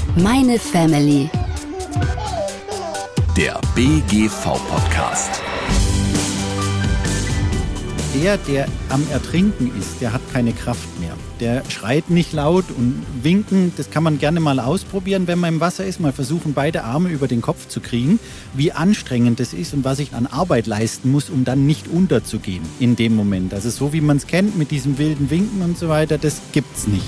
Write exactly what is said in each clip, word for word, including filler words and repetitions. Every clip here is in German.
Meine Family. Der B G V-Podcast. Der, der am Ertrinken ist, der hat keine Kraft mehr. Der schreit nicht laut und winken, das kann man gerne mal ausprobieren, wenn man im Wasser ist. Mal versuchen, beide Arme über den Kopf zu kriegen, wie anstrengend das ist und was ich an Arbeit leisten muss, um dann nicht unterzugehen in dem Moment. Also so wie man es kennt mit diesem wilden Winken und so weiter, das gibt's nicht.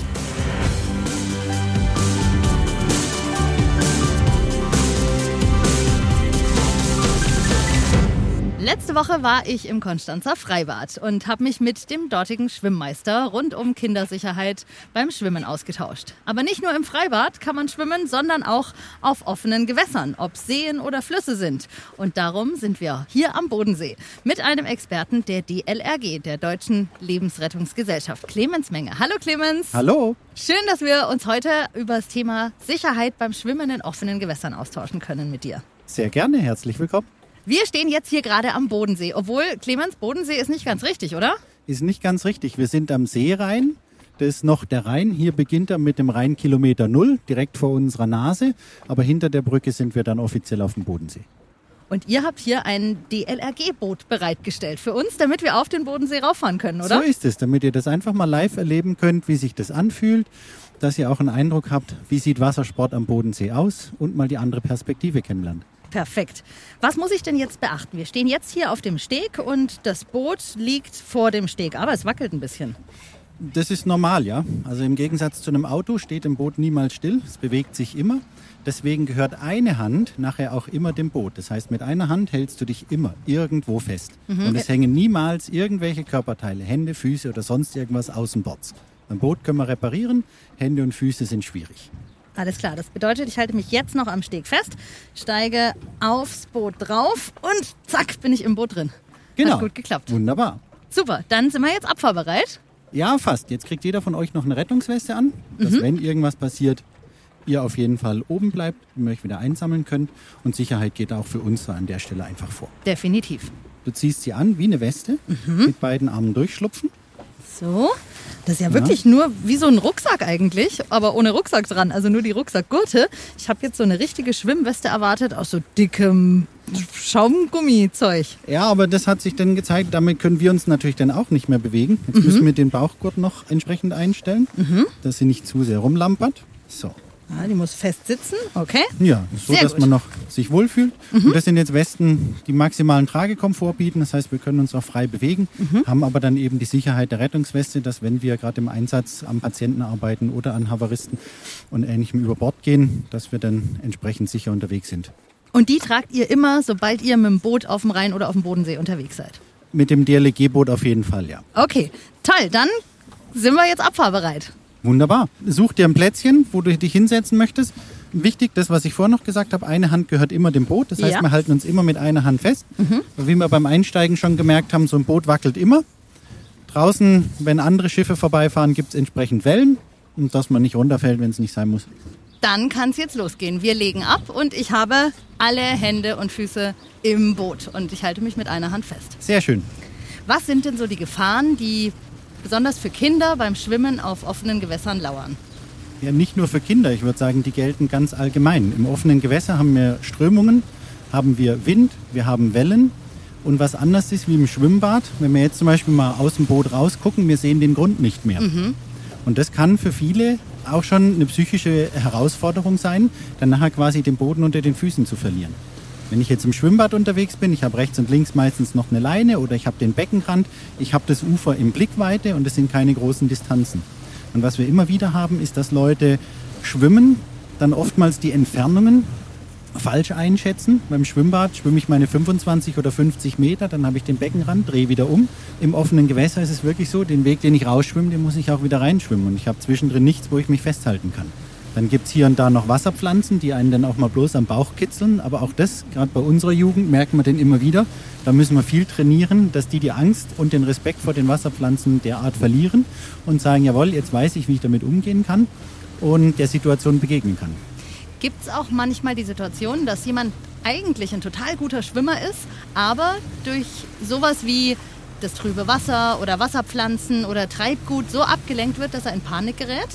Letzte Woche war ich im Konstanzer Freibad und habe mich mit dem dortigen Schwimmmeister rund um Kindersicherheit beim Schwimmen ausgetauscht. Aber nicht nur im Freibad kann man schwimmen, sondern auch auf offenen Gewässern, ob Seen oder Flüsse sind. Und darum sind wir hier am Bodensee mit einem Experten der D L R G, der Deutschen Lebensrettungsgesellschaft, Clemens Menge. Hallo Clemens. Hallo. Schön, dass wir uns heute über das Thema Sicherheit beim Schwimmen in offenen Gewässern austauschen können mit dir. Sehr gerne, herzlich willkommen. Wir stehen jetzt hier gerade am Bodensee, obwohl, Clemens, Bodensee ist nicht ganz richtig, oder? Ist nicht ganz richtig. Wir sind am Seerhein. Das ist noch der Rhein. Hier beginnt er mit dem Rheinkilometer Null, direkt vor unserer Nase. Aber hinter der Brücke sind wir dann offiziell auf dem Bodensee. Und ihr habt hier ein D L R G-Boot bereitgestellt für uns, damit wir auf den Bodensee rauffahren können, oder? So ist es, damit ihr das einfach mal live erleben könnt, wie sich das anfühlt. Dass ihr auch einen Eindruck habt, wie sieht Wassersport am Bodensee aus und mal die andere Perspektive kennenlernt. Perfekt. Was muss ich denn jetzt beachten? Wir stehen jetzt hier auf dem Steg und das Boot liegt vor dem Steg, aber es wackelt ein bisschen. Das ist normal, ja. Also im Gegensatz zu einem Auto steht ein Boot niemals still, es bewegt sich immer. Deswegen gehört eine Hand nachher auch immer dem Boot. Das heißt, mit einer Hand hältst du dich immer irgendwo fest. Mhm. Und es hängen niemals irgendwelche Körperteile, Hände, Füße oder sonst irgendwas außenbords. Beim Boot können wir reparieren, Hände und Füße sind schwierig. Alles klar, das bedeutet, ich halte mich jetzt noch am Steg fest, steige aufs Boot drauf und zack, bin ich im Boot drin. Genau. Hat gut geklappt. Wunderbar. Super, dann sind wir jetzt abfahrbereit. Ja, fast. Jetzt kriegt jeder von euch noch eine Rettungsweste an, dass, mhm. wenn irgendwas passiert, ihr auf jeden Fall oben bleibt und euch wieder einsammeln könnt. Und Sicherheit geht auch für uns an der Stelle einfach vor. Definitiv. Du ziehst sie an wie eine Weste, mhm. mit beiden Armen durchschlupfen. So, das ist ja, ja wirklich nur wie so ein Rucksack eigentlich, aber ohne Rucksack dran, also nur die Rucksackgurte. Ich habe jetzt so eine richtige Schwimmweste erwartet aus so dickem Schaumgummizeug. Ja, aber das hat sich dann gezeigt, damit können wir uns natürlich dann auch nicht mehr bewegen. Jetzt mhm. müssen wir den Bauchgurt noch entsprechend einstellen, mhm. dass sie nicht zu sehr rumlampert. So. Ah, die muss fest sitzen, okay. Ja, so, sehr dass gut. Man noch sich wohlfühlt. Mhm. Und das sind jetzt Westen, die maximalen Tragekomfort bieten. Das heißt, wir können uns auch frei bewegen, mhm. haben aber dann eben die Sicherheit der Rettungsweste, dass wenn wir gerade im Einsatz am Patienten arbeiten oder an Havaristen und Ähnlichem über Bord gehen, dass wir dann entsprechend sicher unterwegs sind. Und die tragt ihr immer, sobald ihr mit dem Boot auf dem Rhein oder auf dem Bodensee unterwegs seid? Mit dem D L R G-Boot auf jeden Fall, ja. Okay, toll. Dann sind wir jetzt abfahrbereit. Wunderbar. Such dir ein Plätzchen, wo du dich hinsetzen möchtest. Wichtig, das, was ich vorhin noch gesagt habe, eine Hand gehört immer dem Boot. Das heißt, ja. wir halten uns immer mit einer Hand fest. Mhm. Wie wir beim Einsteigen schon gemerkt haben, so ein Boot wackelt immer. Draußen, wenn andere Schiffe vorbeifahren, gibt es entsprechend Wellen. Und dass man nicht runterfällt, wenn es nicht sein muss. Dann kann es jetzt losgehen. Wir legen ab und ich habe alle Hände und Füße im Boot. Und ich halte mich mit einer Hand fest. Sehr schön. Was sind denn so die Gefahren, die besonders für Kinder beim Schwimmen auf offenen Gewässern lauern? Ja, nicht nur für Kinder. Ich würde sagen, die gelten ganz allgemein. Im offenen Gewässer haben wir Strömungen, haben wir Wind, wir haben Wellen. Und was anders ist wie im Schwimmbad, wenn wir jetzt zum Beispiel mal aus dem Boot rausgucken, wir sehen den Grund nicht mehr. Mhm. Und das kann für viele auch schon eine psychische Herausforderung sein, dann nachher quasi den Boden unter den Füßen zu verlieren. Wenn ich jetzt im Schwimmbad unterwegs bin, ich habe rechts und links meistens noch eine Leine oder ich habe den Beckenrand, ich habe das Ufer in Blickweite und es sind keine großen Distanzen. Und was wir immer wieder haben, ist, dass Leute schwimmen, dann oftmals die Entfernungen falsch einschätzen. Beim Schwimmbad schwimme ich meine fünfundzwanzig oder fünfzig Meter, dann habe ich den Beckenrand, drehe wieder um. Im offenen Gewässer ist es wirklich so, den Weg, den ich rausschwimme, den muss ich auch wieder reinschwimmen. Und ich habe zwischendrin nichts, wo ich mich festhalten kann. Dann gibt es hier und da noch Wasserpflanzen, die einen dann auch mal bloß am Bauch kitzeln. Aber auch das, gerade bei unserer Jugend, merkt man den immer wieder. Da müssen wir viel trainieren, dass die die Angst und den Respekt vor den Wasserpflanzen derart verlieren und sagen, jawohl, jetzt weiß ich, wie ich damit umgehen kann und der Situation begegnen kann. Gibt es auch manchmal die Situation, dass jemand eigentlich ein total guter Schwimmer ist, aber durch sowas wie das trübe Wasser oder Wasserpflanzen oder Treibgut so abgelenkt wird, dass er in Panik gerät?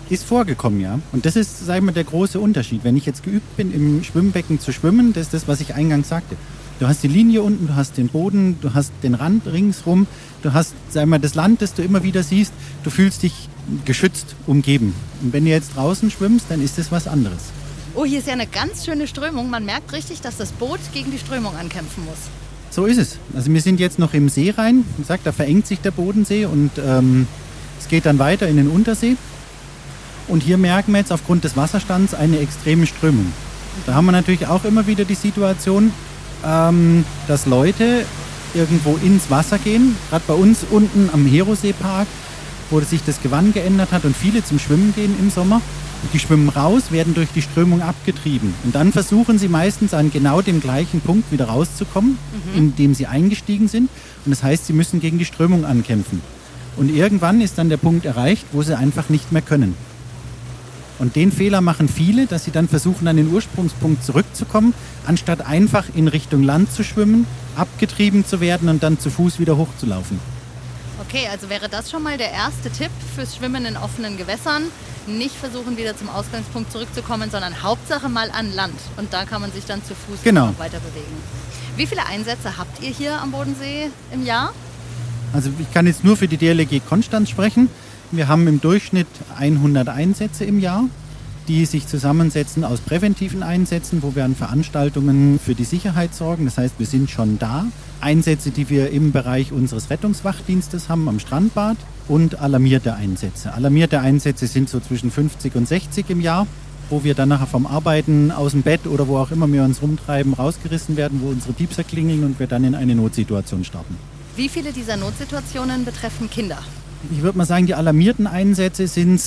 Ist vorgekommen, ja. Und das ist, sagen wir, der große Unterschied. Wenn ich jetzt geübt bin, im Schwimmbecken zu schwimmen, das ist das, was ich eingangs sagte. Du hast die Linie unten, du hast den Boden, du hast den Rand ringsrum, du hast, sagen wir, das Land, das du immer wieder siehst. Du fühlst dich geschützt, umgeben. Und wenn du jetzt draußen schwimmst, dann ist das was anderes. Oh, hier ist ja eine ganz schöne Strömung. Man merkt richtig, dass das Boot gegen die Strömung ankämpfen muss. So ist es. Also wir sind jetzt noch im See rein. Wie gesagt, da verengt sich der Bodensee und ähm, es geht dann weiter in den Untersee. Und hier merken wir jetzt aufgrund des Wasserstands eine extreme Strömung. Da haben wir natürlich auch immer wieder die Situation, ähm, dass Leute irgendwo ins Wasser gehen. Gerade bei uns unten am Herosee-Park, wo sich das Gewand geändert hat und viele zum Schwimmen gehen im Sommer. Die schwimmen raus, werden durch die Strömung abgetrieben. Und dann versuchen sie meistens an genau dem gleichen Punkt wieder rauszukommen, mhm. in dem sie eingestiegen sind. Und das heißt, sie müssen gegen die Strömung ankämpfen. Und irgendwann ist dann der Punkt erreicht, wo sie einfach nicht mehr können. Und den Fehler machen viele, dass sie dann versuchen, an den Ursprungspunkt zurückzukommen, anstatt einfach in Richtung Land zu schwimmen, abgetrieben zu werden und dann zu Fuß wieder hochzulaufen. Okay, also wäre das schon mal der erste Tipp fürs Schwimmen in offenen Gewässern. Nicht versuchen, wieder zum Ausgangspunkt zurückzukommen, sondern Hauptsache mal an Land. Und da kann man sich dann zu Fuß genau. noch weiter bewegen. Wie viele Einsätze habt ihr hier am Bodensee im Jahr? Also ich kann jetzt nur für die D L R G Konstanz sprechen. Wir haben im Durchschnitt hundert Einsätze im Jahr, die sich zusammensetzen aus präventiven Einsätzen, wo wir an Veranstaltungen für die Sicherheit sorgen. Das heißt, wir sind schon da. Einsätze, die wir im Bereich unseres Rettungswachdienstes haben am Strandbad und alarmierte Einsätze. Alarmierte Einsätze sind so zwischen fünfzig und sechzig im Jahr, wo wir dann nachher vom Arbeiten aus dem Bett oder wo auch immer wir uns rumtreiben, rausgerissen werden, wo unsere Piepser klingeln und wir dann in eine Notsituation starten. Wie viele dieser Notsituationen betreffen Kinder? Ich würde mal sagen, die alarmierten Einsätze sind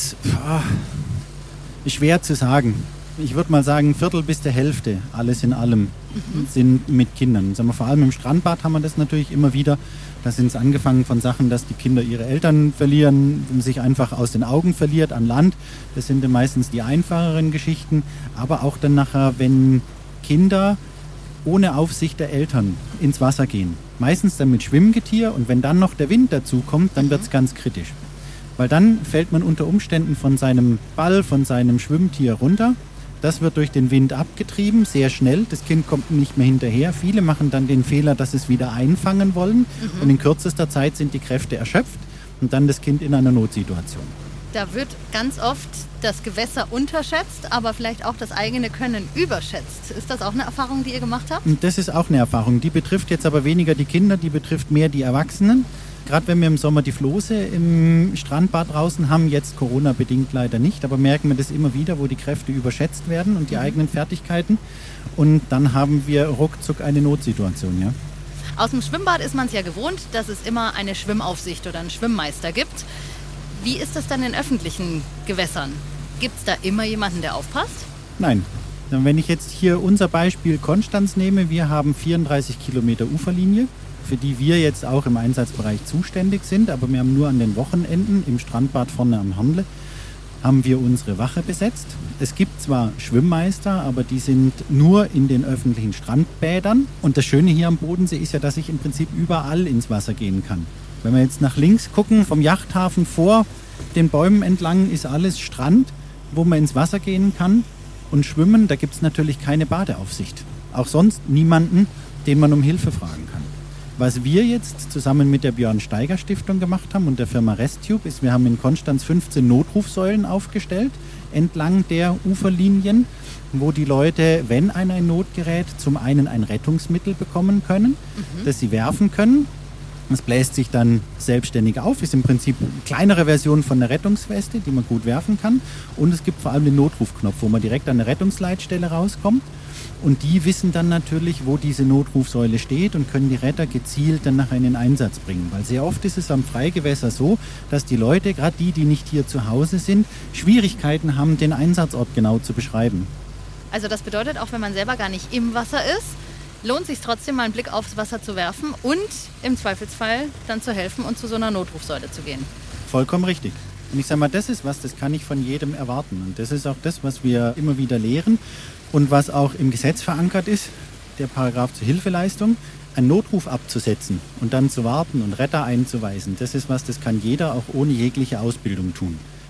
schwer zu sagen. Ich würde mal sagen, ein Viertel bis der Hälfte, alles in allem, mhm. sind mit Kindern. Sagen wir, vor allem im Strandbad haben wir das natürlich immer wieder. Da sind es angefangen von Sachen, dass die Kinder ihre Eltern verlieren, sich einfach aus den Augen verliert an Land. Das sind dann meistens die einfacheren Geschichten. Aber auch dann nachher, wenn Kinder ohne Aufsicht der Eltern ins Wasser gehen. Meistens dann mit Schwimmgetier und wenn dann noch der Wind dazu kommt, dann wird es ganz kritisch. Weil dann fällt man unter Umständen von seinem Ball, von seinem Schwimmtier runter. Das wird durch den Wind abgetrieben, sehr schnell. Das Kind kommt nicht mehr hinterher. Viele machen dann den Fehler, dass sie es wieder einfangen wollen. Mhm. Und in kürzester Zeit sind die Kräfte erschöpft und dann das Kind in einer Notsituation. Da wird ganz oft das Gewässer unterschätzt, aber vielleicht auch das eigene Können überschätzt. Ist das auch eine Erfahrung, die ihr gemacht habt? Das ist auch eine Erfahrung. Die betrifft jetzt aber weniger die Kinder, die betrifft mehr die Erwachsenen. Gerade wenn wir im Sommer die Floße im Strandbad draußen haben, jetzt Corona-bedingt leider nicht, aber merken wir das immer wieder, wo die Kräfte überschätzt werden und die mhm. eigenen Fertigkeiten. Und dann haben wir ruckzuck eine Notsituation, ja. Aus dem Schwimmbad ist man es ja gewohnt, dass es immer eine Schwimmaufsicht oder einen Schwimmmeister gibt. Wie ist das dann in öffentlichen Gewässern? Gibt es da immer jemanden, der aufpasst? Nein. Wenn ich jetzt hier unser Beispiel Konstanz nehme, wir haben vierunddreißig Kilometer Uferlinie, für die wir jetzt auch im Einsatzbereich zuständig sind, aber wir haben nur an den Wochenenden im Strandbad vorne am Handle, haben wir unsere Wache besetzt. Es gibt zwar Schwimmmeister, aber die sind nur in den öffentlichen Strandbädern. Und das Schöne hier am Bodensee ist ja, dass ich im Prinzip überall ins Wasser gehen kann. Wenn wir jetzt nach links gucken, vom Yachthafen vor den Bäumen entlang ist alles Strand, wo man ins Wasser gehen kann und schwimmen. Da gibt es natürlich keine Badeaufsicht. Auch sonst niemanden, den man um Hilfe fragen kann. Was wir jetzt zusammen mit der Björn-Steiger-Stiftung gemacht haben und der Firma Restube ist, wir haben in Konstanz fünfzehn Notrufsäulen aufgestellt, entlang der Uferlinien, wo die Leute, wenn einer in Not gerät, zum einen ein Rettungsmittel bekommen können, mhm. das sie werfen können. Das bläst sich dann selbstständig auf, ist im Prinzip eine kleinere Version von einer Rettungsweste, die man gut werfen kann. Und es gibt vor allem den Notrufknopf, wo man direkt an der Rettungsleitstelle rauskommt. Und die wissen dann natürlich, wo diese Notrufsäule steht und können die Retter gezielt dann nachher in den Einsatz bringen. Weil sehr oft ist es am Freigewässer so, dass die Leute, gerade die, die nicht hier zu Hause sind, Schwierigkeiten haben, den Einsatzort genau zu beschreiben. Also das bedeutet, auch wenn man selber gar nicht im Wasser ist, lohnt es sich trotzdem mal einen Blick aufs Wasser zu werfen und im Zweifelsfall dann zu helfen und zu so einer Notrufsäule zu gehen. Vollkommen richtig. Und ich sage mal, das ist was, das kann ich von jedem erwarten. Und das ist auch das, was wir immer wieder lehren und was auch im Gesetz verankert ist, der Paragraph zur Hilfeleistung, einen Notruf abzusetzen und dann zu warten und Retter einzuweisen. Das ist was, das kann jeder auch ohne jegliche Ausbildung tun.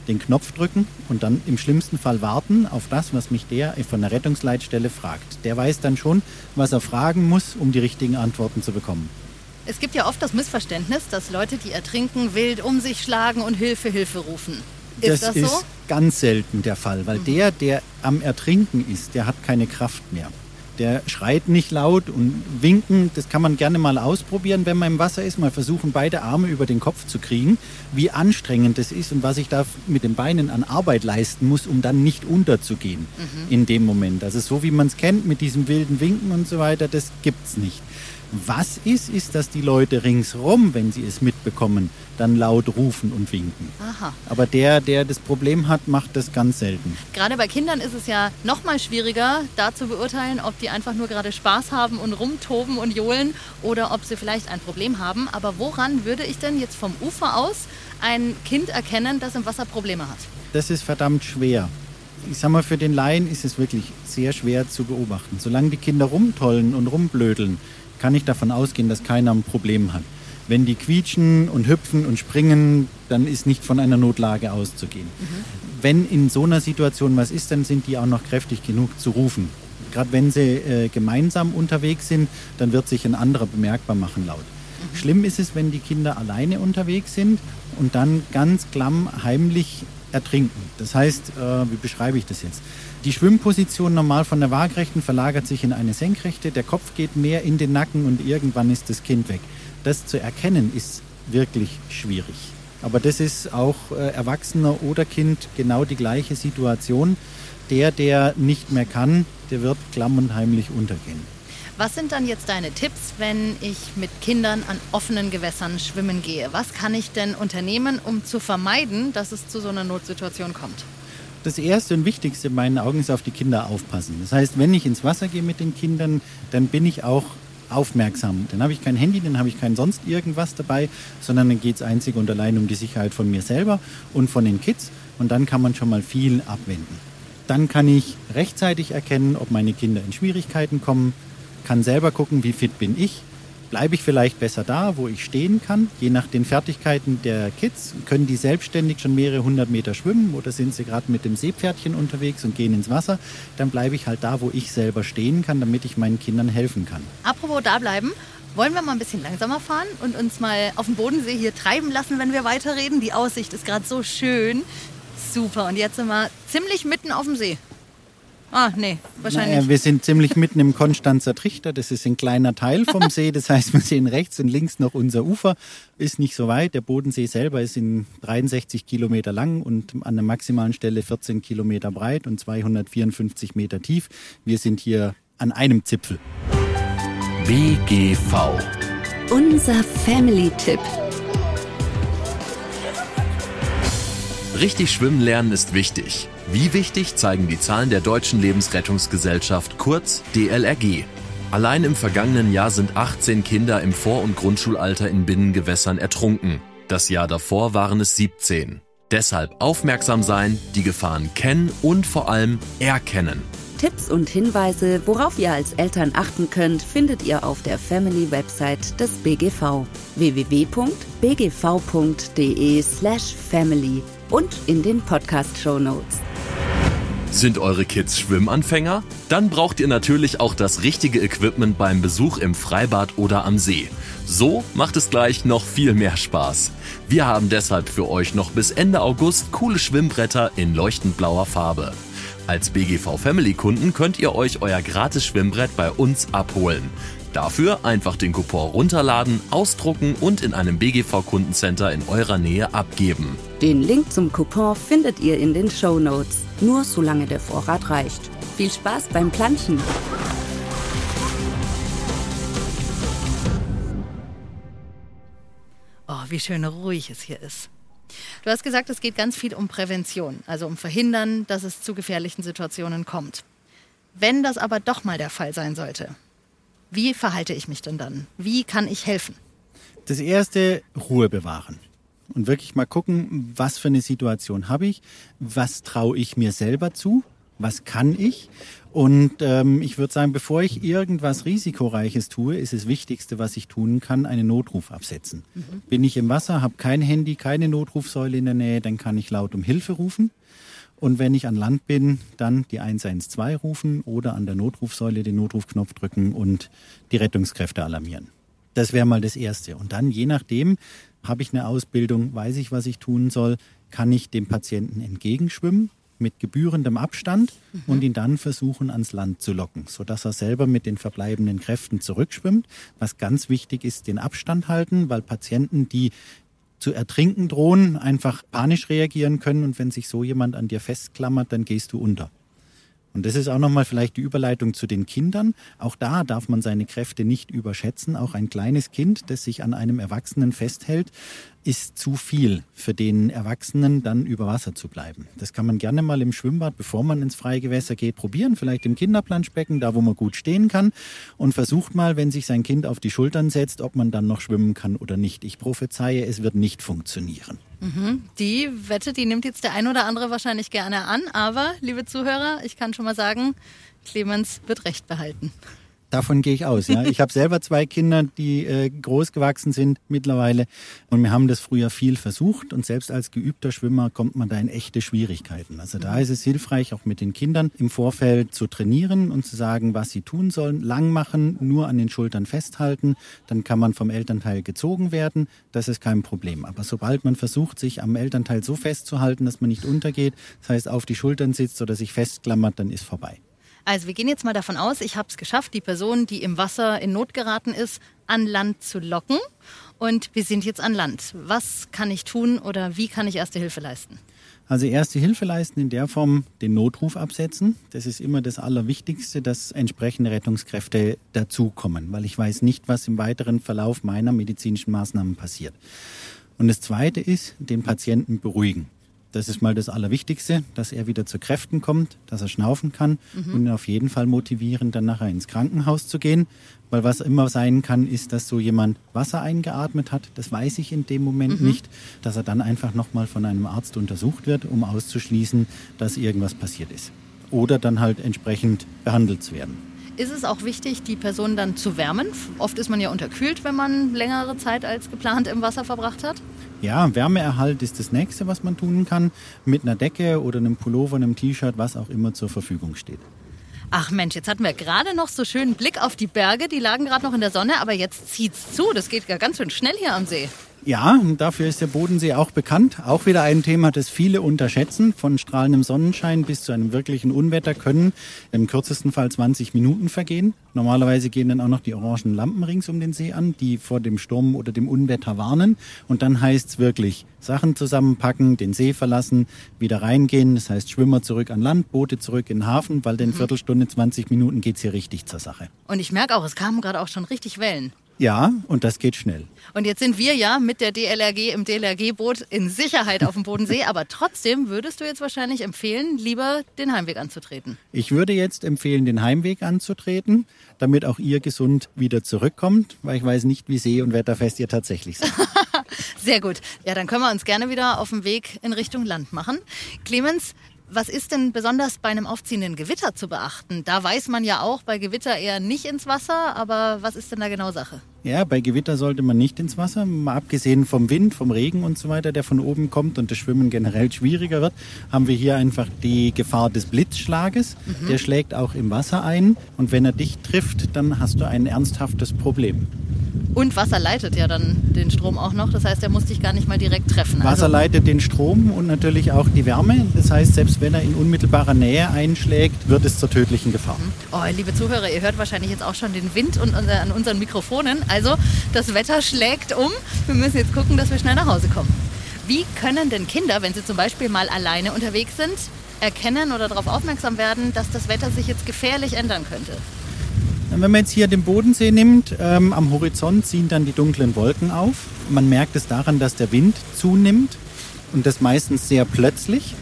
den Knopf drücken und dann im schlimmsten Fall warten auf das, was mich der von der Rettungsleitstelle fragt. Der weiß dann schon, was er fragen muss, um die richtigen Antworten zu bekommen. Es gibt ja oft das Missverständnis, dass Leute, die ertrinken, wild um sich schlagen und Hilfe, Hilfe rufen. Ist das, das so? ist ganz selten der Fall, weil mhm. der, der am Ertrinken ist, der hat keine Kraft mehr. Der schreit nicht laut und winken, das kann man gerne mal ausprobieren, wenn man im Wasser ist, mal versuchen, beide Arme über den Kopf zu kriegen, wie anstrengend das ist und was ich da mit den Beinen an Arbeit leisten muss, um dann nicht unterzugehen mhm. in dem Moment. Also so wie man es kennt mit diesem wilden Winken und so weiter, das gibt's nicht. Was ist, ist, dass die Leute ringsrum, wenn sie es mitbekommen, dann laut rufen und winken. Aha. Aber der, der das Problem hat, macht das ganz selten. Gerade bei Kindern ist es ja noch mal schwieriger, da zu beurteilen, ob die einfach nur gerade Spaß haben und rumtoben und johlen oder ob sie vielleicht ein Problem haben. Aber woran würde ich denn jetzt vom Ufer aus ein Kind erkennen, das im Wasser Probleme hat? Das ist verdammt schwer. Ich sag mal, für den Laien ist es wirklich sehr schwer zu beobachten. Solange die Kinder rumtollen und rumblödeln, kann ich davon ausgehen, dass keiner ein Problem hat. Wenn die quietschen und hüpfen und springen, dann ist nicht von einer Notlage auszugehen. Mhm. Wenn in so einer Situation was ist, dann sind die auch noch kräftig genug zu rufen. Gerade wenn sie äh, gemeinsam unterwegs sind, dann wird sich ein anderer bemerkbar machen laut. Mhm. Schlimm ist es, wenn die Kinder alleine unterwegs sind und dann ganz klamm heimlich ertrinken. Das heißt, äh, wie beschreibe ich das jetzt? Die Schwimmposition normal von der Waagrechten verlagert sich in eine Senkrechte, der Kopf geht mehr in den Nacken und irgendwann ist das Kind weg. Das zu erkennen ist wirklich schwierig. Aber das ist auch äh, Erwachsener oder Kind genau die gleiche Situation. Der, der nicht mehr kann, der wird klamm und heimlich untergehen. Was sind dann jetzt deine Tipps, wenn ich mit Kindern an offenen Gewässern schwimmen gehe? Was kann ich denn unternehmen, um zu vermeiden, dass es zu so einer Notsituation kommt? Das Erste und Wichtigste in meinen Augen ist auf die Kinder aufpassen. Das heißt, wenn ich ins Wasser gehe mit den Kindern, dann bin ich auch aufmerksam. Dann habe ich kein Handy, dann habe ich kein sonst irgendwas dabei, sondern dann geht es einzig und allein um die Sicherheit von mir selber und von den Kids. Und dann kann man schon mal viel abwenden. Dann kann ich rechtzeitig erkennen, ob meine Kinder in Schwierigkeiten kommen, kann selber gucken, wie fit bin ich. Bleibe ich vielleicht besser da, wo ich stehen kann? Je nach den Fertigkeiten der Kids. Können die selbstständig schon mehrere hundert Meter schwimmen oder sind sie gerade mit dem Seepferdchen unterwegs und gehen ins Wasser? Dann bleibe ich halt da, wo ich selber stehen kann, damit ich meinen Kindern helfen kann. Apropos da bleiben, wollen wir mal ein bisschen langsamer fahren und uns mal auf dem Bodensee hier treiben lassen, wenn wir weiterreden? Die Aussicht ist gerade so schön. Super, und jetzt sind wir ziemlich mitten auf dem See. Ah, nee, wahrscheinlich. Naja, wir sind ziemlich mitten im Konstanzer Trichter. Das ist ein kleiner Teil vom See. Das heißt, wir sehen rechts und links noch unser Ufer. Ist nicht so weit. Der Bodensee selber ist in dreiundsechzig Kilometer lang und an der maximalen Stelle vierzehn Kilometer breit und zweihundertvierundfünfzig Meter tief. Wir sind hier an einem Zipfel. B G V. Unser Family-Tipp. Richtig schwimmen lernen ist wichtig. Wie wichtig, zeigen die Zahlen der Deutschen Lebensrettungsgesellschaft, kurz D L R G. Allein im vergangenen Jahr sind achtzehn Kinder im Vor- und Grundschulalter in Binnengewässern ertrunken. Das Jahr davor waren es siebzehn. Deshalb aufmerksam sein, die Gefahren kennen und vor allem erkennen. Tipps und Hinweise, worauf ihr als Eltern achten könnt, findet ihr auf der Family-Website des B G V w w w punkt b g v punkt d e slash family und in den Podcast-Shownotes. Sind eure Kids Schwimmanfänger? Dann braucht ihr natürlich auch das richtige Equipment beim Besuch im Freibad oder am See. So macht es gleich noch viel mehr Spaß. Wir haben deshalb für euch noch bis Ende August coole Schwimmbretter in leuchtend blauer Farbe. Als B G V-Family-Kunden könnt ihr euch euer gratis Schwimmbrett bei uns abholen. Dafür einfach den Coupon runterladen, ausdrucken und in einem B G V-Kundencenter in eurer Nähe abgeben. Den Link zum Coupon findet ihr in den Shownotes. Nur solange der Vorrat reicht. Viel Spaß beim Planschen! Oh, wie schön ruhig es hier ist. Du hast gesagt, es geht ganz viel um Prävention, also um Verhindern, dass es zu gefährlichen Situationen kommt. Wenn das aber doch mal der Fall sein sollte, wie verhalte ich mich denn dann? Wie kann ich helfen? Das Erste, Ruhe bewahren. Und wirklich mal gucken, was für eine Situation habe ich, was traue ich mir selber zu, was kann ich? Und ähm, ich würde sagen, bevor ich irgendwas Risikoreiches tue, ist das Wichtigste, was ich tun kann, einen Notruf absetzen. Mhm. Bin ich im Wasser, habe kein Handy, keine Notrufsäule in der Nähe, dann kann ich laut um Hilfe rufen. Und wenn ich an Land bin, dann die eins eins zwei rufen oder an der Notrufsäule den Notrufknopf drücken und die Rettungskräfte alarmieren. Das wäre mal das Erste. Und dann, je nachdem, habe ich eine Ausbildung, weiß ich, was ich tun soll, kann ich dem Patienten entgegenschwimmen mit gebührendem Abstand mhm. und ihn dann versuchen, ans Land zu locken, sodass er selber mit den verbleibenden Kräften zurückschwimmt. Was ganz wichtig ist, den Abstand halten, weil Patienten, die zu ertrinken drohen, einfach panisch reagieren können und wenn sich so jemand an dir festklammert, dann gehst du unter. Und das ist auch nochmal vielleicht die Überleitung zu den Kindern. Auch da darf man seine Kräfte nicht überschätzen. Auch ein kleines Kind, das sich an einem Erwachsenen festhält, ist zu viel für den Erwachsenen, dann über Wasser zu bleiben. Das kann man gerne mal im Schwimmbad, bevor man ins freie Gewässer geht, probieren. Vielleicht im Kinderplanschbecken, da wo man gut stehen kann. Und versucht mal, wenn sich sein Kind auf die Schultern setzt, ob man dann noch schwimmen kann oder nicht. Ich prophezeie, es wird nicht funktionieren. Mhm. Die Wette, die nimmt jetzt der ein oder andere wahrscheinlich gerne an. Aber, liebe Zuhörer, ich kann schon mal sagen, Clemens wird Recht behalten. Davon gehe ich aus. Ja. Ich habe selber zwei Kinder, die äh, groß gewachsen sind mittlerweile. Und wir haben das früher viel versucht. Und selbst als geübter Schwimmer kommt man da in echte Schwierigkeiten. Also da ist es hilfreich, auch mit den Kindern im Vorfeld zu trainieren und zu sagen, was sie tun sollen. Lang machen, nur an den Schultern festhalten. Dann kann man vom Elternteil gezogen werden. Das ist kein Problem. Aber sobald man versucht, sich am Elternteil so festzuhalten, dass man nicht untergeht, das heißt auf die Schultern sitzt oder sich festklammert, dann ist vorbei. Also wir gehen jetzt mal davon aus, ich habe es geschafft, die Person, die im Wasser in Not geraten ist, an Land zu locken. Und wir sind jetzt an Land. Was kann ich tun oder wie kann ich Erste Hilfe leisten? Also Erste Hilfe leisten in der Form den Notruf absetzen. Das ist immer das Allerwichtigste, dass entsprechende Rettungskräfte dazukommen, weil ich weiß nicht, was im weiteren Verlauf meiner medizinischen Maßnahmen passiert. Und das Zweite ist, den Patienten beruhigen. Das ist mal das Allerwichtigste, dass er wieder zu Kräften kommt, dass er schnaufen kann mhm. und ihn auf jeden Fall motivieren, dann nachher ins Krankenhaus zu gehen. Weil was immer sein kann, ist, dass so jemand Wasser eingeatmet hat. Das weiß ich in dem Moment mhm. nicht, dass er dann einfach nochmal von einem Arzt untersucht wird, um auszuschließen, dass irgendwas passiert ist. Oder dann halt entsprechend behandelt zu werden. Ist es auch wichtig, die Person dann zu wärmen? Oft ist man ja unterkühlt, wenn man längere Zeit als geplant im Wasser verbracht hat. Ja, Wärmeerhalt ist das Nächste, was man tun kann. Mit einer Decke oder einem Pullover, einem T-Shirt, was auch immer zur Verfügung steht. Ach Mensch, jetzt hatten wir gerade noch so schönen Blick auf die Berge. Die lagen gerade noch in der Sonne, aber jetzt zieht's zu. Das geht ja ganz schön schnell hier am See. Ja, und dafür ist der Bodensee auch bekannt. Auch wieder ein Thema, das viele unterschätzen. Von strahlendem Sonnenschein bis zu einem wirklichen Unwetter können im kürzesten Fall zwanzig Minuten vergehen. Normalerweise gehen dann auch noch die orangen Lampen rings um den See an, die vor dem Sturm oder dem Unwetter warnen. Und dann heißt's wirklich, Sachen zusammenpacken, den See verlassen, wieder reingehen. Das heißt, Schwimmer zurück an Land, Boote zurück in den Hafen, weil in mhm. Viertelstunde, zwanzig Minuten geht's hier richtig zur Sache. Und ich merke auch, es kamen gerade auch schon richtig Wellen. Ja, und das geht schnell. Und jetzt sind wir ja mit der D L R G im D L R G-Boot in Sicherheit auf dem Bodensee. Aber trotzdem würdest du jetzt wahrscheinlich empfehlen, lieber den Heimweg anzutreten? Ich würde jetzt empfehlen, den Heimweg anzutreten, damit auch ihr gesund wieder zurückkommt, weil ich weiß nicht, wie see- und wetterfest ihr tatsächlich seid. Sehr gut. Ja, dann können wir uns gerne wieder auf den Weg in Richtung Land machen. Clemens, was ist denn besonders bei einem aufziehenden Gewitter zu beachten? Da weiß man ja auch bei Gewitter eher nicht ins Wasser, aber was ist denn da genau Sache? Ja, bei Gewitter sollte man nicht ins Wasser, mal abgesehen vom Wind, vom Regen und so weiter, der von oben kommt und das Schwimmen generell schwieriger wird, haben wir hier einfach die Gefahr des Blitzschlages. Mhm. Der schlägt auch im Wasser ein und wenn er dich trifft, dann hast du ein ernsthaftes Problem. Und Wasser leitet ja dann den Strom auch noch, das heißt, er muss dich gar nicht mal direkt treffen. Wasser also leitet den Strom und natürlich auch die Wärme. Das heißt, selbst wenn er in unmittelbarer Nähe einschlägt, wird es zur tödlichen Gefahr. Oh, liebe Zuhörer, ihr hört wahrscheinlich jetzt auch schon den Wind und an unseren Mikrofonen. Also das Wetter schlägt um. Wir müssen jetzt gucken, dass wir schnell nach Hause kommen. Wie können denn Kinder, wenn sie zum Beispiel mal alleine unterwegs sind, erkennen oder darauf aufmerksam werden, dass das Wetter sich jetzt gefährlich ändern könnte? Wenn man jetzt hier den Bodensee nimmt, ähm, am Horizont ziehen dann die dunklen Wolken auf. Man merkt es daran, dass der Wind zunimmt und das meistens sehr plötzlich.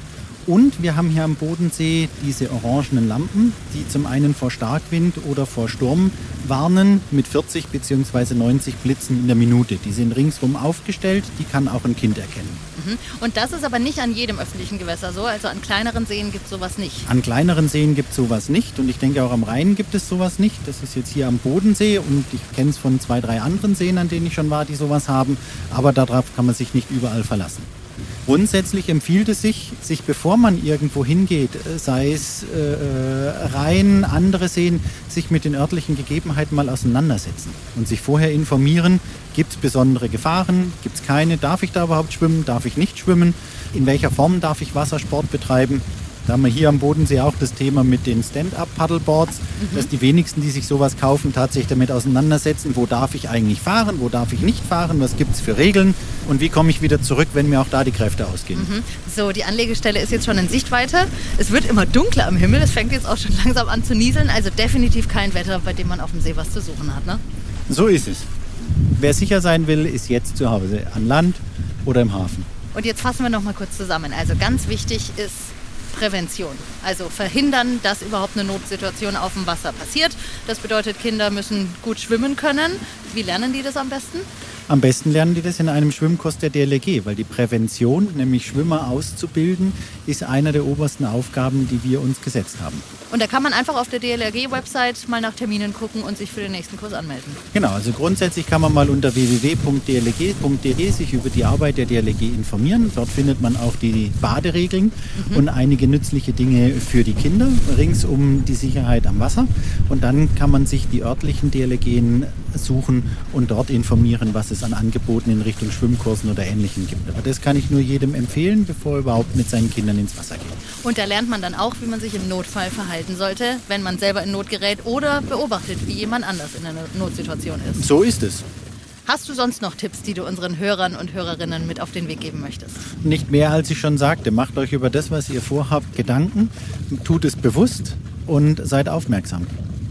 Und wir haben hier am Bodensee diese orangenen Lampen, die zum einen vor Starkwind oder vor Sturm warnen mit vierzig bzw. neunzig Blitzen in der Minute. Die sind ringsrum aufgestellt, die kann auch ein Kind erkennen. Und das ist aber nicht an jedem öffentlichen Gewässer so, also an kleineren Seen gibt es sowas nicht? An kleineren Seen gibt es sowas nicht und ich denke auch am Rhein gibt es sowas nicht. Das ist jetzt hier am Bodensee und ich kenne es von zwei, drei anderen Seen, an denen ich schon war, die sowas haben, aber darauf kann man sich nicht überall verlassen. Grundsätzlich empfiehlt es sich, sich bevor man irgendwo hingeht, sei es äh, Rhein, andere Seen, sich mit den örtlichen Gegebenheiten mal auseinandersetzen und sich vorher informieren, gibt es besondere Gefahren, gibt es keine, darf ich da überhaupt schwimmen, darf ich nicht schwimmen, in welcher Form darf ich Wassersport betreiben. Da haben wir hier am Bodensee auch das Thema mit den Stand-Up-Paddleboards, mhm. dass die wenigsten, die sich sowas kaufen, tatsächlich damit auseinandersetzen, wo darf ich eigentlich fahren, wo darf ich nicht fahren, was gibt es für Regeln und wie komme ich wieder zurück, wenn mir auch da die Kräfte ausgehen. Mhm. So, die Anlegestelle ist jetzt schon in Sichtweite. Es wird immer dunkler am Himmel, es fängt jetzt auch schon langsam an zu nieseln, also definitiv kein Wetter, bei dem man auf dem See was zu suchen hat, ne? So ist es. Wer sicher sein will, ist jetzt zu Hause, an Land oder im Hafen. Und jetzt fassen wir noch mal kurz zusammen. Also ganz wichtig ist Prävention. Also verhindern, dass überhaupt eine Notsituation auf dem Wasser passiert. Das bedeutet, Kinder müssen gut schwimmen können. Wie lernen die das am besten? Am besten lernen die das in einem Schwimmkurs der D L R G, weil die Prävention, nämlich Schwimmer auszubilden, ist einer der obersten Aufgaben, die wir uns gesetzt haben. Und da kann man einfach auf der D L R G-Website mal nach Terminen gucken und sich für den nächsten Kurs anmelden. Genau, also grundsätzlich kann man mal unter w w w punkt d l r g punkt d e sich über die Arbeit der D L R G informieren. Dort findet man auch die Baderegeln mhm. und einige nützliche Dinge für die Kinder rings um die Sicherheit am Wasser. Und dann kann man sich die örtlichen D L R G suchen und dort informieren, was es an Angeboten in Richtung Schwimmkursen oder Ähnlichem gibt. Aber das kann ich nur jedem empfehlen, bevor er überhaupt mit seinen Kindern ins Wasser geht. Und da lernt man dann auch, wie man sich im Notfall verhalten sollte, wenn man selber in Not gerät oder beobachtet, wie jemand anders in einer Notsituation ist. So ist es. Hast du sonst noch Tipps, die du unseren Hörern und Hörerinnen mit auf den Weg geben möchtest? Nicht mehr, als ich schon sagte. Macht euch über das, was ihr vorhabt, Gedanken, tut es bewusst und seid aufmerksam.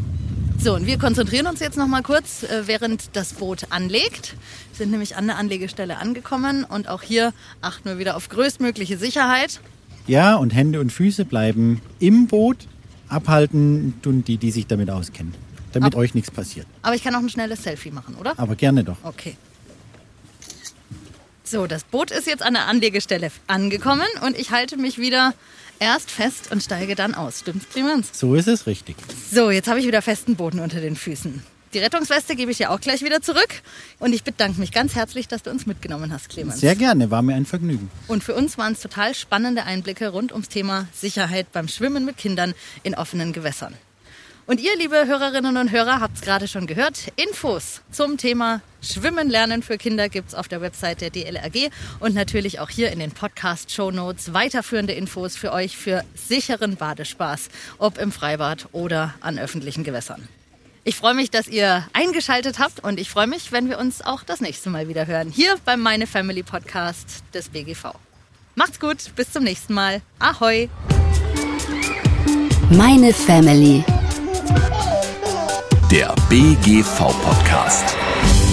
So, und wir konzentrieren uns jetzt noch mal kurz, während das Boot anlegt. Wir sind nämlich an der Anlegestelle angekommen und auch hier achten wir wieder auf größtmögliche Sicherheit. Ja, und Hände und Füße bleiben im Boot. Abhalten tun die, die sich damit auskennen, damit Ab- euch nichts passiert. Aber ich kann auch ein schnelles Selfie machen, oder? Aber gerne doch. Okay. So, das Boot ist jetzt an der Anlegestelle angekommen und ich halte mich wieder erst fest und steige dann aus. Stimmt's, Clemens? So ist es richtig. So, jetzt habe ich wieder festen Boden unter den Füßen. Die Rettungsweste gebe ich dir auch gleich wieder zurück. Und ich bedanke mich ganz herzlich, dass du uns mitgenommen hast, Clemens. Sehr gerne, war mir ein Vergnügen. Und für uns waren es total spannende Einblicke rund ums Thema Sicherheit beim Schwimmen mit Kindern in offenen Gewässern. Und ihr, liebe Hörerinnen und Hörer, habt es gerade schon gehört. Infos zum Thema Schwimmen lernen für Kinder gibt es auf der Website der D L R G und natürlich auch hier in den Podcast-Shownotes weiterführende Infos für euch für sicheren Badespaß, ob im Freibad oder an öffentlichen Gewässern. Ich freue mich, dass ihr eingeschaltet habt und ich freue mich, wenn wir uns auch das nächste Mal wieder hören, hier beim Meine Family Podcast des B G V. Macht's gut, bis zum nächsten Mal. Ahoi! Meine Family. Der B G V-Podcast.